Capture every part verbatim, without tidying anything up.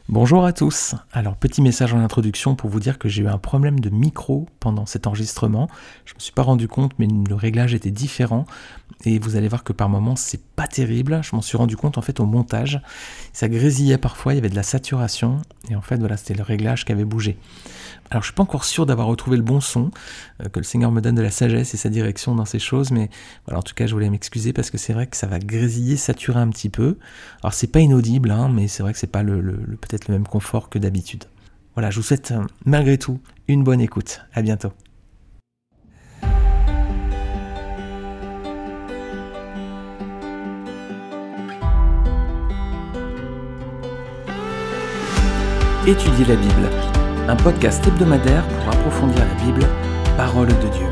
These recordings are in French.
Bonjour à tous. Alors, petit message en introduction pour vous dire que j'ai eu un problème de micro pendant cet enregistrement. Je me suis pas rendu compte, mais le réglage était différent. Et vous allez voir que par moments, c'est pas terrible. Je m'en suis rendu compte en fait au montage. Ça grésillait parfois, il y avait de la saturation. Et en fait, voilà, c'était le réglage qui avait bougé. Alors, je suis pas encore sûr d'avoir retrouvé le bon son, euh, que le Seigneur me donne de la sagesse et sa direction dans ces choses, mais voilà, en tout cas, je voulais m'excuser parce que c'est vrai que ça va grésiller, saturer un petit peu. Alors, c'est pas inaudible, hein, mais c'est vrai que c'est pas le, le, le- peut-être le même confort que d'habitude. Voilà, je vous souhaite euh, malgré tout une bonne écoute. À bientôt. Étudier la Bible, un podcast hebdomadaire pour approfondir la Bible, parole de Dieu.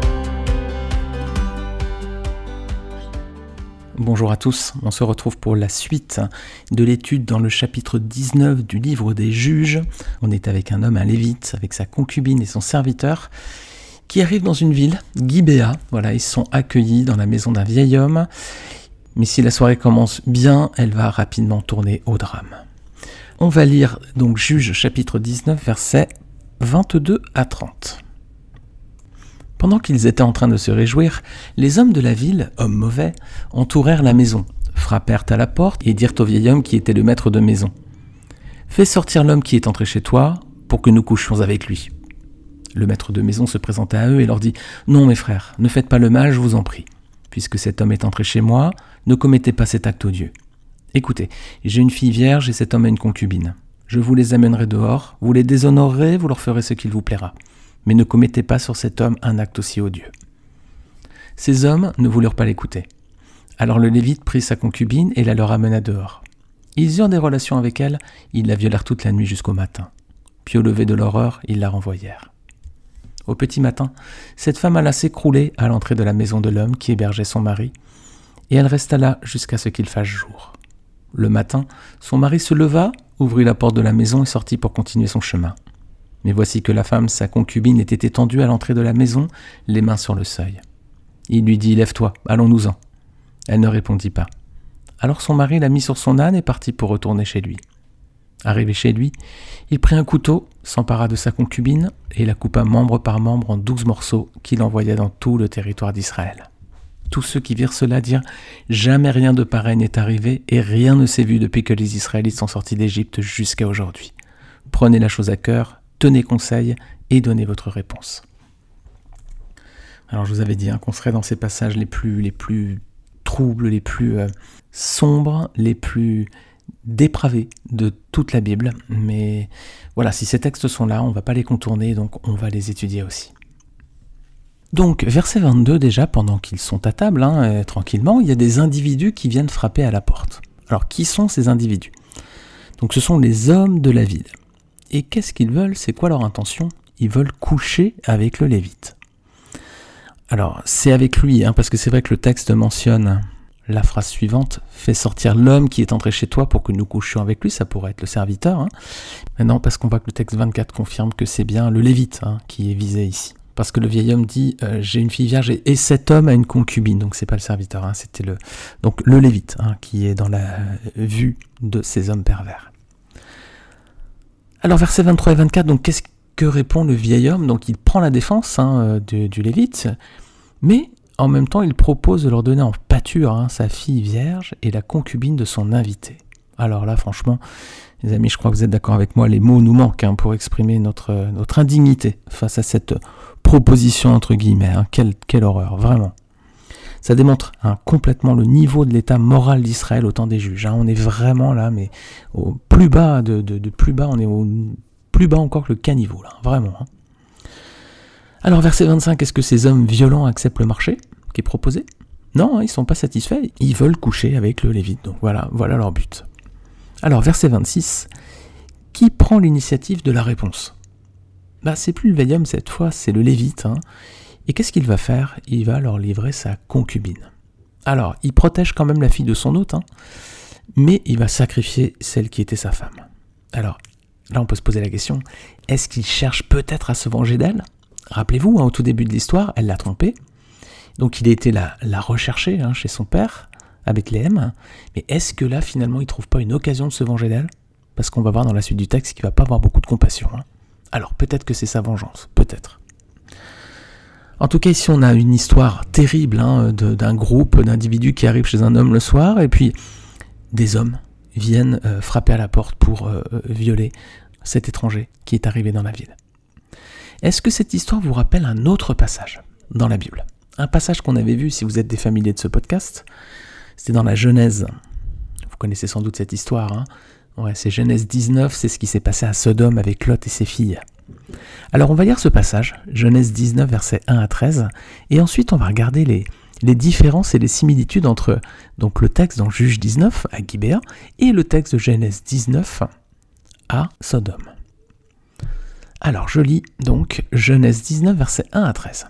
Bonjour à tous, on se retrouve pour la suite de l'étude dans le chapitre dix-neuf du livre des Juges. On est avec un homme, un lévite, avec sa concubine et son serviteur, qui arrivent dans une ville, Gibéa. Voilà, ils sont accueillis dans la maison d'un vieil homme. Mais si la soirée commence bien, elle va rapidement tourner au drame. On va lire donc Juges chapitre dix-neuf, versets vingt-deux à trente. Pendant qu'ils étaient en train de se réjouir, les hommes de la ville, hommes mauvais, entourèrent la maison, frappèrent à la porte et dirent au vieil homme qui était le maître de maison : « Fais sortir l'homme qui est entré chez toi pour que nous couchions avec lui. » Le maître de maison se présenta à eux et leur dit : « Non, mes frères, ne faites pas le mal, je vous en prie. Puisque cet homme est entré chez moi, ne commettez pas cet acte odieux. Écoutez, j'ai une fille vierge et cet homme a une concubine. Je vous les amènerai dehors, vous les déshonorerez, vous leur ferez ce qu'il vous plaira. Mais ne commettez pas sur cet homme un acte aussi odieux. » Ces hommes ne voulurent pas l'écouter. Alors le Lévite prit sa concubine et la leur amena dehors. Ils eurent des relations avec elle, ils la violèrent toute la nuit jusqu'au matin. Puis au lever de leur heure, ils la renvoyèrent. Au petit matin, cette femme alla s'écrouler à l'entrée de la maison de l'homme qui hébergeait son mari, et elle resta là jusqu'à ce qu'il fasse jour. Le matin, son mari se leva, ouvrit la porte de la maison et sortit pour continuer son chemin. Mais voici que la femme, sa concubine, était étendue à l'entrée de la maison, les mains sur le seuil. Il lui dit : « Lève-toi, allons-nous-en. » Elle ne répondit pas. Alors son mari la mit sur son âne et partit pour retourner chez lui. Arrivé chez lui, il prit un couteau, s'empara de sa concubine et la coupa membre par membre en douze morceaux qu'il envoya dans tout le territoire d'Israël. Tous ceux qui virent cela dirent : « Jamais rien de pareil n'est arrivé et rien ne s'est vu depuis que les Israélites sont sortis d'Égypte jusqu'à aujourd'hui. Prenez la chose à cœur, tenez conseil et donnez votre réponse. » Alors je vous avais dit hein, qu'on serait dans ces passages les plus, les plus troubles, les plus euh, sombres, les plus dépravés de toute la Bible. Mais voilà, si ces textes sont là, on ne va pas les contourner, donc on va les étudier aussi. Donc, verset vingt-deux déjà, pendant qu'ils sont à table, hein, euh, tranquillement, il y a des individus qui viennent frapper à la porte. Alors, qui sont ces individus ? Donc, ce sont les hommes de la ville. Et qu'est-ce qu'ils veulent ? C'est quoi leur intention ? Ils veulent coucher avec le Lévite. Alors, c'est avec lui, hein, parce que c'est vrai que le texte mentionne la phrase suivante : « Fais sortir l'homme qui est entré chez toi pour que nous couchions avec lui », ça pourrait être le serviteur. Hein. Maintenant, parce qu'on voit que le texte vingt-quatre confirme que c'est bien le Lévite hein, qui est visé ici. Parce que le vieil homme dit euh, « J'ai une fille vierge et, et cet homme a une concubine », donc c'est pas le serviteur, hein, c'était le, donc le Lévite hein, qui est dans la vue de ces hommes pervers. Alors versets vingt-trois et vingt-quatre, donc qu'est-ce que répond le vieil homme ? Donc il prend la défense hein, du, du Lévite, mais en même temps il propose de leur donner en pâture hein, sa fille vierge et la concubine de son invité. Alors là franchement, les amis, je crois que vous êtes d'accord avec moi, les mots nous manquent hein, pour exprimer notre, notre indignité face à cette proposition entre guillemets. Hein. Quelle, quelle horreur, vraiment. Ça démontre hein, complètement le niveau de l'état moral d'Israël au temps des juges. Hein. On est vraiment là, mais au plus bas de, de, de plus bas, on est au plus bas encore que le caniveau, là, vraiment. Hein. Alors, verset vingt-cinq, est-ce que ces hommes violents acceptent le marché qui est proposé ? Non, hein, ils ne sont pas satisfaits, ils veulent coucher avec le Lévite. Donc voilà, voilà leur but. Alors, verset vingt-six, qui prend l'initiative de la réponse ? Bah, c'est plus le vieil homme cette fois, c'est le Lévite. Hein. Et qu'est-ce qu'il va faire ? Il va leur livrer sa concubine. Alors, il protège quand même la fille de son hôte, hein, mais il va sacrifier celle qui était sa femme. Alors, là on peut se poser la question, est-ce qu'il cherche peut-être à se venger d'elle ? Rappelez-vous, hein, au tout début de l'histoire, elle l'a trompé, donc il a été la, la rechercher hein, chez son père, à Bethléem, mais est-ce que là finalement il ne trouve pas une occasion de se venger d'elle ? parce qu'on va voir dans la suite du texte qu'il ne va pas avoir beaucoup de compassion. Hein. Alors peut-être que c'est sa vengeance, peut-être. En tout cas, ici on a une histoire terrible hein, de, d'un groupe d'individus qui arrivent chez un homme le soir, et puis des hommes viennent euh, frapper à la porte pour euh, violer cet étranger qui est arrivé dans la ville. Est-ce que cette histoire vous rappelle un autre passage dans la Bible ? Un passage qu'on avait vu si vous êtes des familiers de ce podcast, c'était dans la Genèse. Vous connaissez sans doute cette histoire. Hein ? Ouais, c'est Genèse dix-neuf, c'est ce qui s'est passé à Sodome avec Lot et ses filles. Alors on va lire ce passage, Genèse dix-neuf, versets un à treize, et ensuite on va regarder les, les différences et les similitudes entre donc, le texte dans Juge dix-neuf à Gibéa et le texte de Genèse dix-neuf à Sodome. Alors je lis donc Genèse dix-neuf, versets un à treize.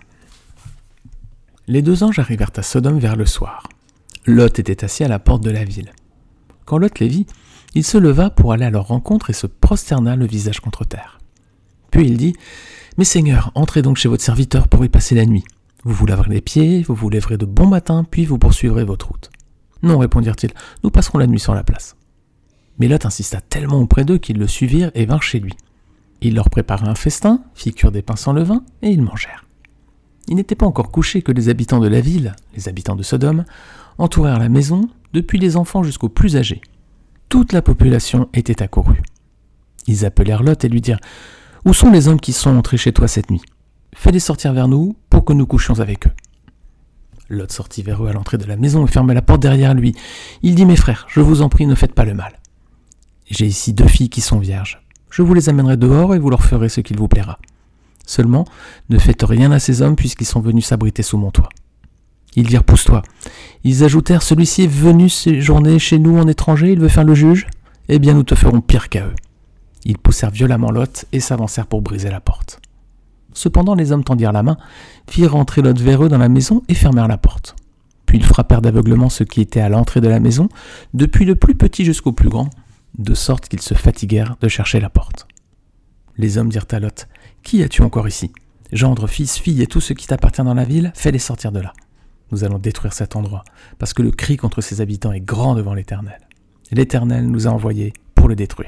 Les deux anges arrivèrent à Sodome vers le soir. Lot était assis à la porte de la ville. Quand Lot les vit, il se leva pour aller à leur rencontre et se prosterna le visage contre terre. Puis il dit « Mes seigneurs, entrez donc chez votre serviteur pour y passer la nuit. Vous vous laverez les pieds, vous vous lèverez de bon matin, puis vous poursuivrez votre route. » « Non, répondirent-ils, nous passerons la nuit sur la place. » Mais Lot insista tellement auprès d'eux qu'ils le suivirent et vinrent chez lui. Il leur prépara un festin, fit cuire des pains sans levain, et ils mangèrent. Il n'était pas encore couché que les habitants de la ville, les habitants de Sodome, entourèrent la maison, depuis les enfants jusqu'aux plus âgés. Toute la population était accourue. Ils appelèrent Lot et lui dirent « Où sont les hommes qui sont entrés chez toi cette nuit ? Fais-les sortir vers nous pour que nous couchions avec eux. » Lot sortit vers eux à l'entrée de la maison et ferma la porte derrière lui. Il dit « Mes frères, je vous en prie, ne faites pas le mal. J'ai ici deux filles qui sont vierges. Je vous les amènerai dehors et vous leur ferez ce qu'il vous plaira. Seulement, ne faites rien à ces hommes puisqu'ils sont venus s'abriter sous mon toit. » Ils dirent « Pousse-toi. » Ils ajoutèrent « Celui-ci est venu séjourner chez nous en étranger, il veut faire le juge ? Eh bien, nous te ferons pire qu'à eux. » Ils poussèrent violemment Lot et s'avancèrent pour briser la porte. Cependant, les hommes tendirent la main, firent entrer Lot vers eux dans la maison et fermèrent la porte. Puis ils frappèrent d'aveuglement ceux qui étaient à l'entrée de la maison, depuis le plus petit jusqu'au plus grand, de sorte qu'ils se fatiguèrent de chercher la porte. Les hommes dirent à Lot « Qui as-tu encore ici ? Gendre, fils, fille et tout ce qui t'appartient dans la ville, fais-les sortir de là. Nous allons détruire cet endroit, parce que le cri contre ses habitants est grand devant l'Éternel. L'Éternel nous a envoyés pour le détruire. »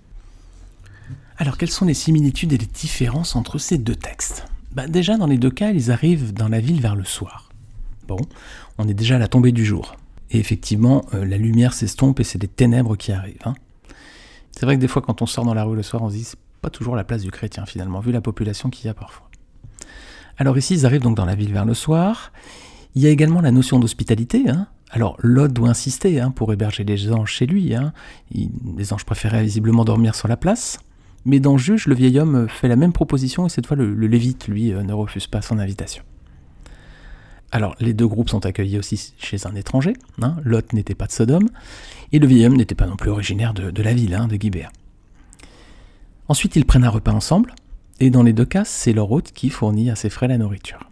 Alors, quelles sont les similitudes et les différences entre ces deux textes ? Ben, déjà, dans les deux cas, ils arrivent dans la ville vers le soir. Bon, on est déjà à la tombée du jour. Et effectivement, euh, la lumière s'estompe et c'est des ténèbres qui arrivent. Hein. C'est vrai que des fois, quand on sort dans la rue le soir, on se dit c'est pas toujours la place du chrétien, finalement, vu la population qu'il y a parfois. Alors ici, ils arrivent donc dans la ville vers le soir. Il y a également la notion d'hospitalité. Hein. Alors, Lot doit insister hein, pour héberger les anges chez lui. Hein. Il, les anges préféraient visiblement dormir sur la place. Mais dans Juge, le vieil homme fait la même proposition et cette fois, le, le Lévite, lui, ne refuse pas son invitation. Alors, les deux groupes sont accueillis aussi chez un étranger. Hein. Lot n'était pas de Sodome et le vieil homme n'était pas non plus originaire de, de la ville, hein, de Gibéa. Ensuite, ils prennent un repas ensemble et dans les deux cas, c'est leur hôte qui fournit à ses frais la nourriture.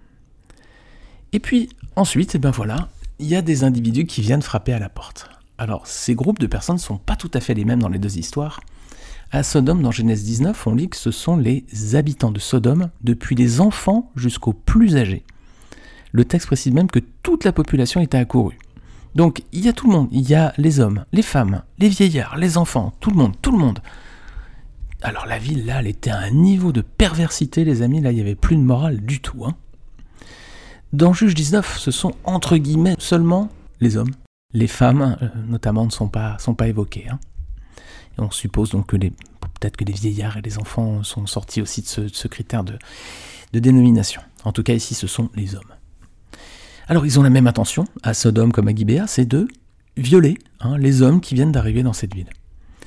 Et puis, ensuite, eh ben voilà, il y a des individus qui viennent frapper à la porte. Alors, ces groupes de personnes ne sont pas tout à fait les mêmes dans les deux histoires. À Sodome, dans Genèse dix-neuf, on lit que ce sont les habitants de Sodome, depuis les enfants jusqu'aux plus âgés. Le texte précise même que toute la population était accourue. Donc, il y a tout le monde. Il y a les hommes, les femmes, les vieillards, les enfants, tout le monde, tout le monde. Alors, la ville, là, elle était à un niveau de perversité, les amis. Là, il n'y avait plus de morale du tout. Hein. Dans Juge dix-neuf, ce sont, entre guillemets, seulement les hommes. Les femmes, euh, notamment, ne sont pas, sont pas évoquées. Hein. Et on suppose donc que les, peut-être que les vieillards et les enfants sont sortis aussi de ce, de ce critère de, de dénomination. En tout cas, ici, ce sont les hommes. Alors, ils ont la même intention, à Sodome comme à Gibéa, c'est de violer hein, les hommes qui viennent d'arriver dans cette ville.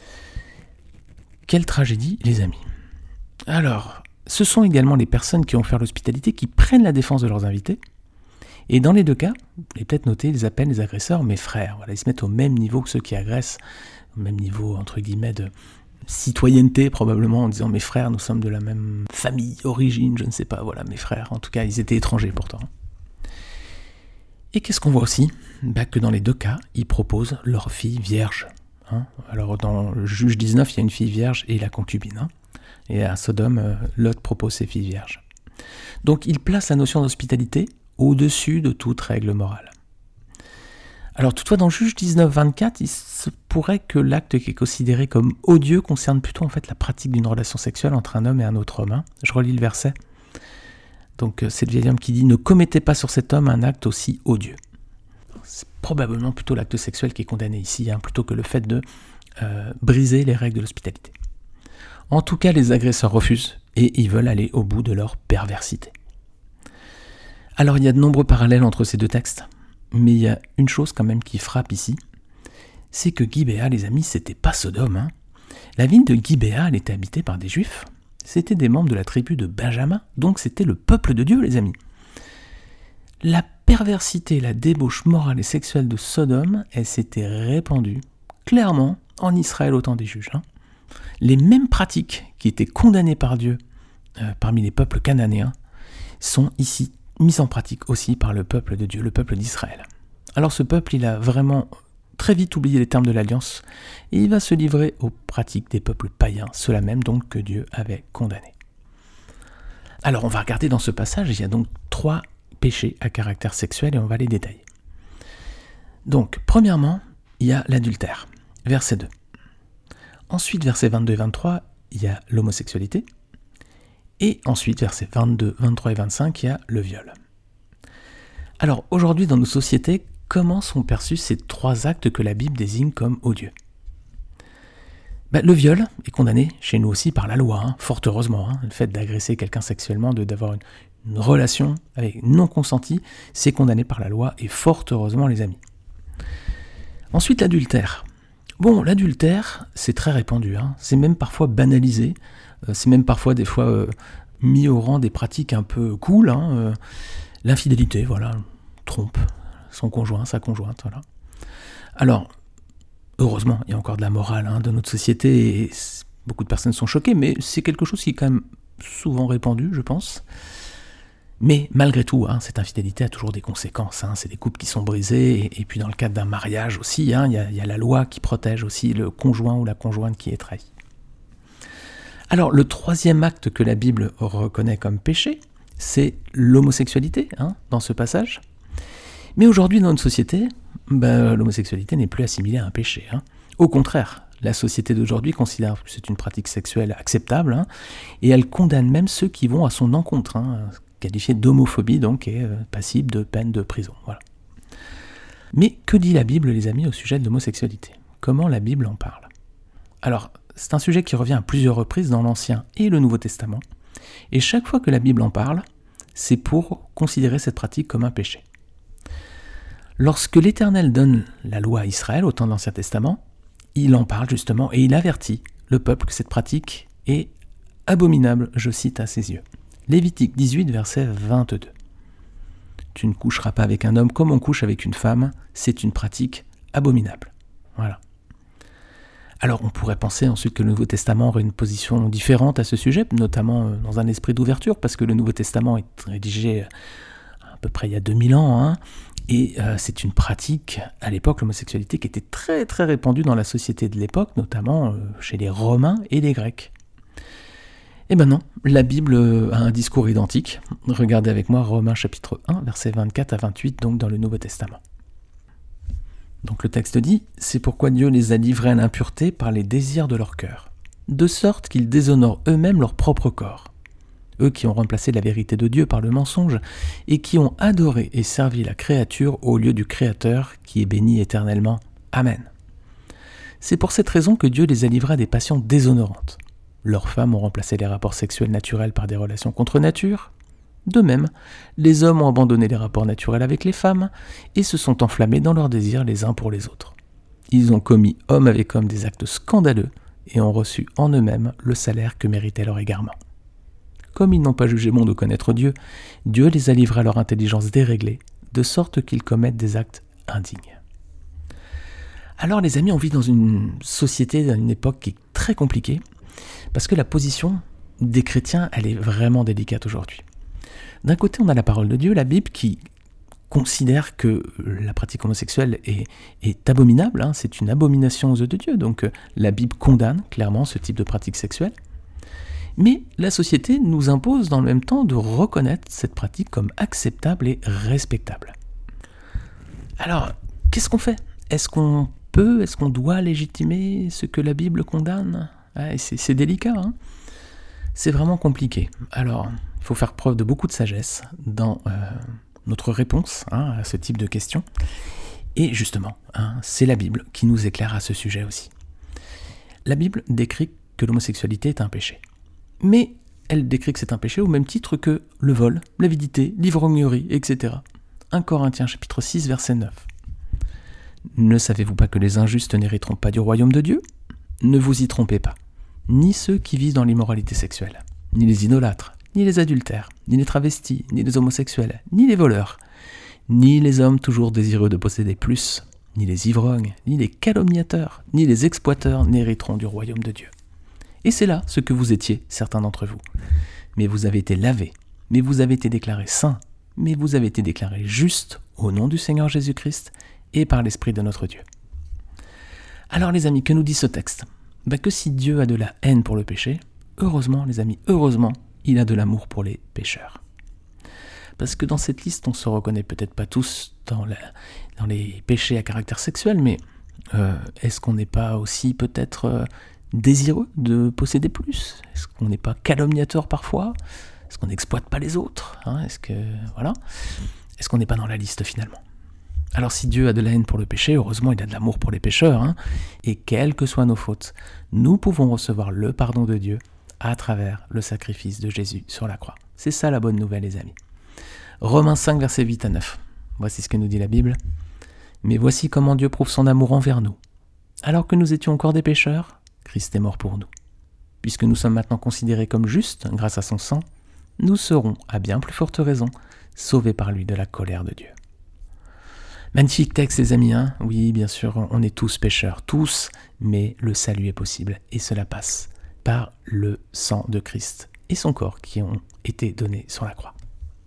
Quelle tragédie, les amis. Alors, ce sont également les personnes qui ont fait l'hospitalité qui prennent la défense de leurs invités. Et dans les deux cas, vous l'avez peut-être noté, ils appellent les agresseurs mes frères. Voilà, ils se mettent au même niveau que ceux qui agressent, au même niveau, entre guillemets, de citoyenneté, probablement, en disant « mes frères, nous sommes de la même famille, origine, je ne sais pas, voilà, mes frères ». En tout cas, ils étaient étrangers pourtant. Et qu'est-ce qu'on voit aussi ? Bah, que dans les deux cas, ils proposent leur fille vierge. Hein. Alors, dans le Juge dix-neuf, il y a une fille vierge et la concubine. Hein. Et à Sodome, euh, Lot propose ses filles vierges. Donc, ils placent la notion d'hospitalité au-dessus de toute règle morale. Alors toutefois, dans Juge dix-neuf vingt-quatre, il se pourrait que l'acte qui est considéré comme odieux concerne plutôt en fait la pratique d'une relation sexuelle entre un homme et un autre homme. Hein. Je relis le verset. Donc c'est le vieil homme qui dit « Ne commettez pas sur cet homme un acte aussi odieux ». C'est probablement plutôt l'acte sexuel qui est condamné ici, hein, plutôt que le fait de euh, briser les règles de l'hospitalité. En tout cas, les agresseurs refusent et ils veulent aller au bout de leur perversité. Alors il y a de nombreux parallèles entre ces deux textes, mais il y a une chose quand même qui frappe ici, c'est que Gibéa, les amis, c'était pas Sodome. Hein. La ville de Gibéa, elle était habitée par des Juifs, c'était des membres de la tribu de Benjamin, donc c'était le peuple de Dieu, les amis. La perversité, la débauche morale et sexuelle de Sodome, elle s'était répandue clairement en Israël au temps des juges. Hein. Les mêmes pratiques qui étaient condamnées par Dieu euh, parmi les peuples cananéens sont ici mises en pratique aussi par le peuple de Dieu, le peuple d'Israël. Alors ce peuple, il a vraiment très vite oublié les termes de l'Alliance et il va se livrer aux pratiques des peuples païens, ceux-là même donc que Dieu avait condamnés. Alors on va regarder dans ce passage, il y a donc trois péchés à caractère sexuel et on va les détailler. Donc, premièrement, il y a l'adultère, verset deux. Ensuite, versets vingt-deux et vingt-trois, il y a l'homosexualité. Et ensuite, versets vingt-deux, vingt-trois et vingt-cinq, il y a le viol. Alors, aujourd'hui, dans nos sociétés, comment sont perçus ces trois actes que la Bible désigne comme odieux ? Ben, le viol est condamné chez nous aussi par la loi, hein, fort heureusement. Hein, le fait d'agresser quelqu'un sexuellement, de, d'avoir une, une relation avec non consentie, c'est condamné par la loi, et fort heureusement, les amis. Ensuite, l'adultère. Bon, l'adultère, c'est très répandu, hein, c'est même parfois banalisé, euh, c'est même parfois des fois euh, mis au rang des pratiques un peu cool. Hein, euh, l'infidélité, voilà, trompe son conjoint, sa conjointe, voilà. Alors, heureusement, il y a encore de la morale hein, dans notre société et beaucoup de personnes sont choquées, mais c'est quelque chose qui est quand même souvent répandu, je pense. Mais malgré tout, hein, cette infidélité a toujours des conséquences. Hein, c'est des couples qui sont brisés et, et puis dans le cadre d'un mariage aussi, hein, il y a, il y a la loi qui protège aussi le conjoint ou la conjointe qui est trahi. Alors, le troisième acte que la Bible reconnaît comme péché, c'est l'homosexualité hein, dans ce passage. Mais aujourd'hui, dans notre société, ben, l'homosexualité n'est plus assimilée à un péché. Hein. Au contraire, la société d'aujourd'hui considère que c'est une pratique sexuelle acceptable hein, et elle condamne même ceux qui vont à son encontre, hein, qualifié d'homophobie, donc, et euh, passible de peine de prison. Voilà. Mais que dit la Bible, les amis, au sujet de l'homosexualité ? Comment la Bible en parle ? Alors, c'est un sujet qui revient à plusieurs reprises dans l'Ancien et le Nouveau Testament, et chaque fois que la Bible en parle, c'est pour considérer cette pratique comme un péché. Lorsque l'Éternel donne la loi à Israël au temps de l'Ancien Testament, il en parle justement et il avertit le peuple que cette pratique est abominable, je cite à ses yeux. Lévitique dix-huit, verset vingt-deux. Tu ne coucheras pas avec un homme comme on couche avec une femme, c'est une pratique abominable. Voilà. Alors on pourrait penser ensuite que le Nouveau Testament aurait une position différente à ce sujet, notamment dans un esprit d'ouverture, parce que le Nouveau Testament est rédigé à peu près il y a deux mille ans, hein, et euh, c'est une pratique, à l'époque, l'homosexualité qui était très très répandue dans la société de l'époque, notamment euh, chez les Romains et les Grecs. Et ben non, la Bible a un discours identique. Regardez avec moi Romains chapitre un, versets vingt-quatre à vingt-huit, donc dans le Nouveau Testament. Donc le texte dit « C'est pourquoi Dieu les a livrés à l'impureté par les désirs de leur cœur, de sorte qu'ils déshonorent eux-mêmes leur propre corps. Eux qui ont remplacé la vérité de Dieu par le mensonge et qui ont adoré et servi la créature au lieu du Créateur qui est béni éternellement. Amen. C'est pour cette raison que Dieu les a livrés à des passions déshonorantes. Leurs femmes ont remplacé les rapports sexuels naturels par des relations contre nature. De même, les hommes ont abandonné les rapports naturels avec les femmes et se sont enflammés dans leurs désirs les uns pour les autres. Ils ont commis homme avec homme des actes scandaleux et ont reçu en eux-mêmes le salaire que méritait leur égarement. Comme ils n'ont pas jugé bon de connaître Dieu, Dieu les a livrés à leur intelligence déréglée, de sorte qu'ils commettent des actes indignes. Alors les amis, on vit dans une société, dans une époque qui est très compliquée, parce que la position des chrétiens, elle est vraiment délicate aujourd'hui. D'un côté, on a la parole de Dieu, la Bible, qui considère que la pratique homosexuelle est, est abominable, hein, c'est une abomination aux yeux de Dieu, donc euh, la Bible condamne clairement ce type de pratique sexuelle. Mais la société nous impose dans le même temps de reconnaître cette pratique comme acceptable et respectable. Alors, qu'est-ce qu'on fait ? Est-ce qu'on peut, est-ce qu'on doit légitimer ce que la Bible condamne ? Ouais, c'est, c'est délicat, hein ? C'est vraiment compliqué. Alors, il faut faire preuve de beaucoup de sagesse dans euh, notre réponse hein, à ce type de questions. Et justement, hein, c'est la Bible qui nous éclaire à ce sujet aussi. La Bible décrit que l'homosexualité est un péché. Mais elle décrit que c'est un péché au même titre que le vol, l'avidité, l'ivrognerie, et cetera. premier Corinthiens chapitre six, verset neuf. Ne savez-vous pas que les injustes n'hériteront pas du royaume de Dieu ? Ne vous y trompez pas. Ni ceux qui vivent dans l'immoralité sexuelle, ni les idolâtres, ni les adultères, ni les travestis, ni les homosexuels, ni les voleurs, ni les hommes toujours désireux de posséder plus, ni les ivrognes, ni les calomniateurs, ni les exploiteurs n'hériteront du royaume de Dieu. Et c'est là ce que vous étiez, certains d'entre vous. Mais vous avez été lavés, mais vous avez été déclarés saints, mais vous avez été déclarés justes au nom du Seigneur Jésus-Christ et par l'Esprit de notre Dieu. Alors les amis, que nous dit ce texte ? Ben que si Dieu a de la haine pour le péché, heureusement les amis, heureusement, il a de l'amour pour les pécheurs. Parce que dans cette liste, on ne se reconnaît peut-être pas tous dans, la, dans les péchés à caractère sexuel, mais euh, est-ce qu'on n'est pas aussi peut-être euh, désireux de posséder plus ? Est-ce qu'on n'est pas calomniateur parfois ? Est-ce qu'on n'exploite pas les autres ? hein Est-ce que voilà Est-ce qu'on n'est pas dans la liste finalement ? Alors si Dieu a de la haine pour le péché, heureusement il a de l'amour pour les pécheurs, hein, et quelles que soient nos fautes, nous pouvons recevoir le pardon de Dieu à travers le sacrifice de Jésus sur la croix. C'est ça la bonne nouvelle les amis. Romains cinq, versets huit à neuf. Voici ce que nous dit la Bible. « Mais voici comment Dieu prouve son amour envers nous. Alors que nous étions encore des pécheurs, Christ est mort pour nous. Puisque nous sommes maintenant considérés comme justes grâce à son sang, nous serons, à bien plus forte raison, sauvés par lui de la colère de Dieu. » Magnifique texte les amis, hein ? Oui, bien sûr, on est tous pécheurs, tous, mais le salut est possible, et cela passe par le sang de Christ et son corps qui ont été donnés sur la croix.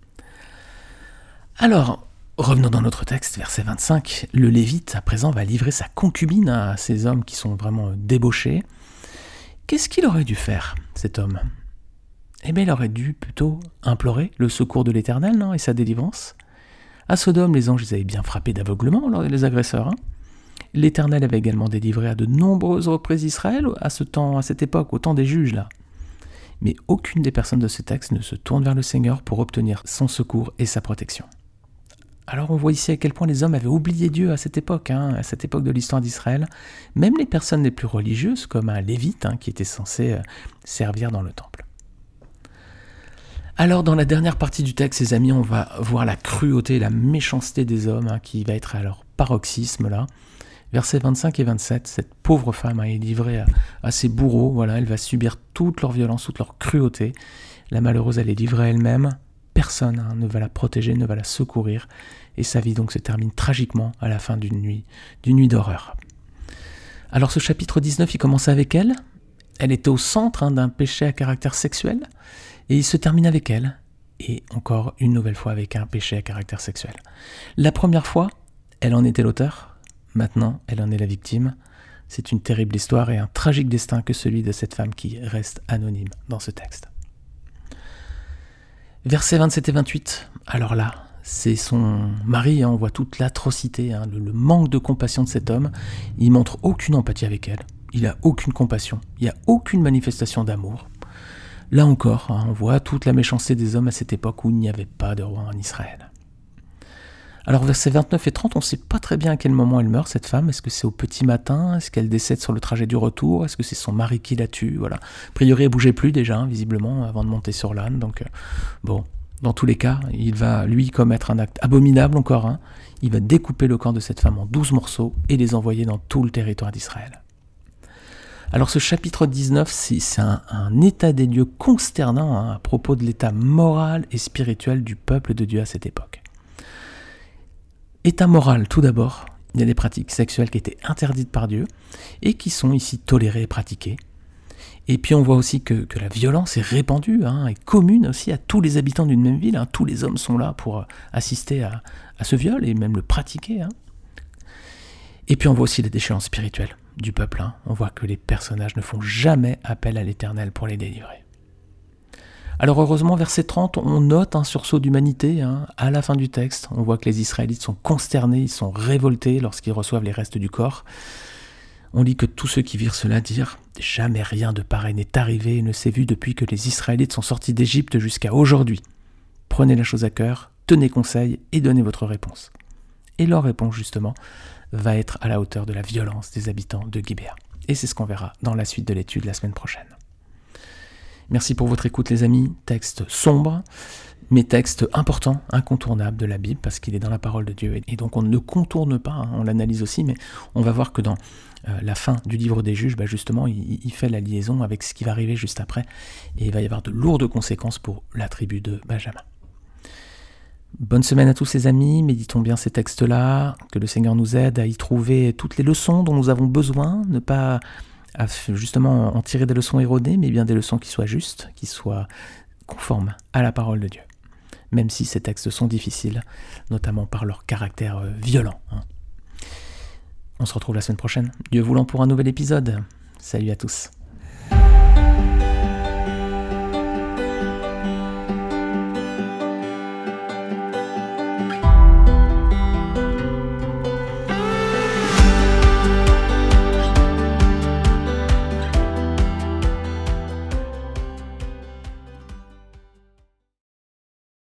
Alors, revenons dans notre texte, verset vingt-cinq, le Lévite à présent va livrer sa concubine à ces hommes qui sont vraiment débauchés. Qu'est-ce qu'il aurait dû faire, cet homme ? Eh bien, il aurait dû plutôt implorer le secours de l'Éternel, non, et sa délivrance. À Sodome, les anges les avaient bien frappés d'aveuglement, les agresseurs. Hein. L'Éternel avait également délivré à de nombreuses reprises Israël à ce temps, à cette époque, au temps des juges là. Mais aucune des personnes de ce texte ne se tourne vers le Seigneur pour obtenir son secours et sa protection. Alors on voit ici à quel point les hommes avaient oublié Dieu à cette époque, hein, à cette époque de l'histoire d'Israël. Même les personnes les plus religieuses, comme un Lévite, hein, qui était censé euh, servir dans le temple. Alors dans la dernière partie du texte, les amis, on va voir la cruauté, la méchanceté des hommes, hein, qui va être à leur paroxysme là. Versets vingt-cinq et vingt-sept, cette pauvre femme hein, est livrée à, à ses bourreaux, voilà, elle va subir toute leur violence, toute leur cruauté. La malheureuse, elle est livrée à elle-même, personne hein, ne va la protéger, ne va la secourir, et sa vie donc se termine tragiquement à la fin d'une nuit, d'une nuit d'horreur. Alors ce chapitre dix-neuf, il commence avec elle, elle était au centre hein, d'un péché à caractère sexuel, et il se termine avec elle, et encore une nouvelle fois avec un péché à caractère sexuel. La première fois, elle en était l'auteur, maintenant elle en est la victime. C'est une terrible histoire et un tragique destin que celui de cette femme qui reste anonyme dans ce texte. Versets vingt-sept et vingt-huit, alors là, c'est son mari, hein, on voit toute l'atrocité, hein, le, le manque de compassion de cet homme. Il montre aucune empathie avec elle, il n'a aucune compassion, il n'y a aucune manifestation d'amour. Là encore, hein, on voit toute la méchanceté des hommes à cette époque où il n'y avait pas de roi en Israël. Alors versets vingt-neuf et trente, on ne sait pas très bien à quel moment elle meurt, cette femme. Est-ce que c'est au petit matin ? Est-ce qu'elle décède sur le trajet du retour ? Est-ce que c'est son mari qui la tue ? Voilà. A priori, elle ne bougeait plus déjà, hein, visiblement, avant de monter sur l'âne. Donc, euh, bon, dans tous les cas, il va, lui, commettre un acte abominable encore. Hein. Il va découper le corps de cette femme en douze morceaux et les envoyer dans tout le territoire d'Israël. Alors ce chapitre dix-neuf, c'est, c'est un, un état des lieux consternant hein, à propos de l'état moral et spirituel du peuple de Dieu à cette époque. État moral, tout d'abord, il y a des pratiques sexuelles qui étaient interdites par Dieu et qui sont ici tolérées et pratiquées. Et puis on voit aussi que, que la violence est répandue, hein, est commune aussi à tous les habitants d'une même ville. Hein. Tous les hommes sont là pour assister à, à ce viol et même le pratiquer. Hein. Et puis on voit aussi la déchéance spirituelle du peuple. Hein. On voit que les personnages ne font jamais appel à l'Éternel pour les délivrer. Alors heureusement, verset trente, on note un sursaut d'humanité hein, à la fin du texte. On voit que les Israélites sont consternés, ils sont révoltés lorsqu'ils reçoivent les restes du corps. On lit que tous ceux qui virent cela dirent « Jamais rien de pareil n'est arrivé et ne s'est vu depuis que les Israélites sont sortis d'Égypte jusqu'à aujourd'hui. Prenez la chose à cœur, tenez conseil et donnez votre réponse. » Et leur réponse, justement, va être à la hauteur de la violence des habitants de Gibéa. Et c'est ce qu'on verra dans la suite de l'étude la semaine prochaine. Merci pour votre écoute, les amis. Texte sombre, mais texte important, incontournable de la Bible, parce qu'il est dans la parole de Dieu. Et donc on ne contourne pas, hein, on l'analyse aussi, mais on va voir que dans euh, la fin du livre des Juges, bah justement, il, il fait la liaison avec ce qui va arriver juste après. Et il va y avoir de lourdes conséquences pour la tribu de Benjamin. Bonne semaine à tous les amis, méditons bien ces textes-là, que le Seigneur nous aide à y trouver toutes les leçons dont nous avons besoin, ne pas à justement en tirer des leçons erronées, mais bien des leçons qui soient justes, qui soient conformes à la parole de Dieu. Même si ces textes sont difficiles, notamment par leur caractère violent. Hein. On se retrouve la semaine prochaine, Dieu voulant, pour un nouvel épisode. Salut à tous.